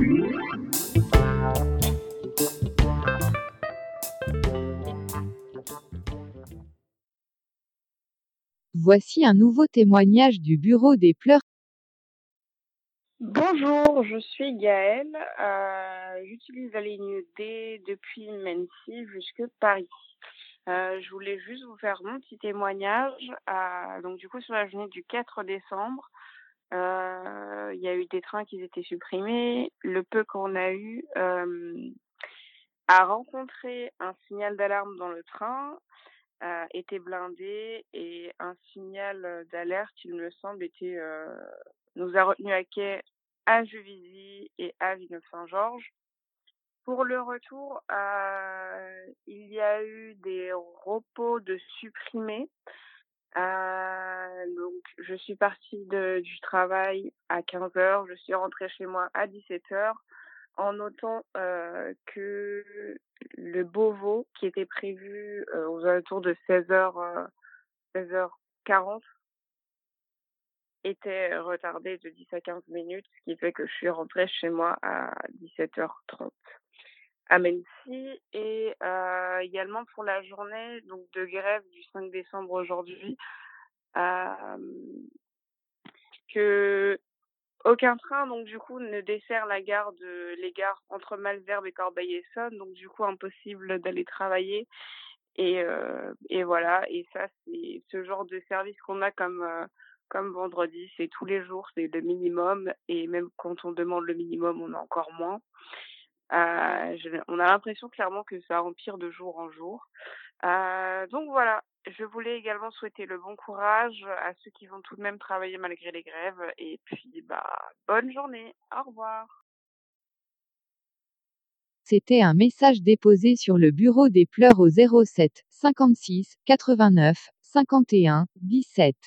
Voici un nouveau témoignage du bureau des pleurs. Bonjour, je suis Gaëlle. J'utilise la ligne D depuis Mency jusque Paris. Je voulais juste vous faire mon petit témoignage. Donc du coup, sur la journée du 4 décembre, il y a eu des trains qui étaient supprimés. Le peu qu'on a eu a rencontré un signal d'alarme dans le train, était blindé et un signal d'alerte, il me semble, nous a retenus à quai à Juvisy et à Villeneuve-Saint-Georges. Pour le retour, il y a eu des repos de supprimés. Donc je suis partie du travail à 15 heures, je suis rentrée chez moi à 17 heures, en notant que le Beauvau, qui était prévu aux alentours de 16 heures, 16h40, était retardé de 10 à 15 minutes, ce qui fait que je suis rentrée chez moi à 17h30 à Mency. Et également pour la journée donc de grève du 5 décembre aujourd'hui, que aucun train donc du coup ne dessert les gares entre Malesherbes et Corbeil-Essonnes, donc du coup impossible d'aller travailler. Et voilà, et ça c'est ce genre de service qu'on a comme vendredi, c'est tous les jours, c'est le minimum, et même quand on demande le minimum, on a encore moins. On a l'impression clairement que ça empire de jour en jour. Donc voilà, je voulais également souhaiter le bon courage à ceux qui vont tout de même travailler malgré les grèves, et puis bonne journée. Au revoir. C'était un message déposé sur le bureau des pleurs au 07 56 89 51 17.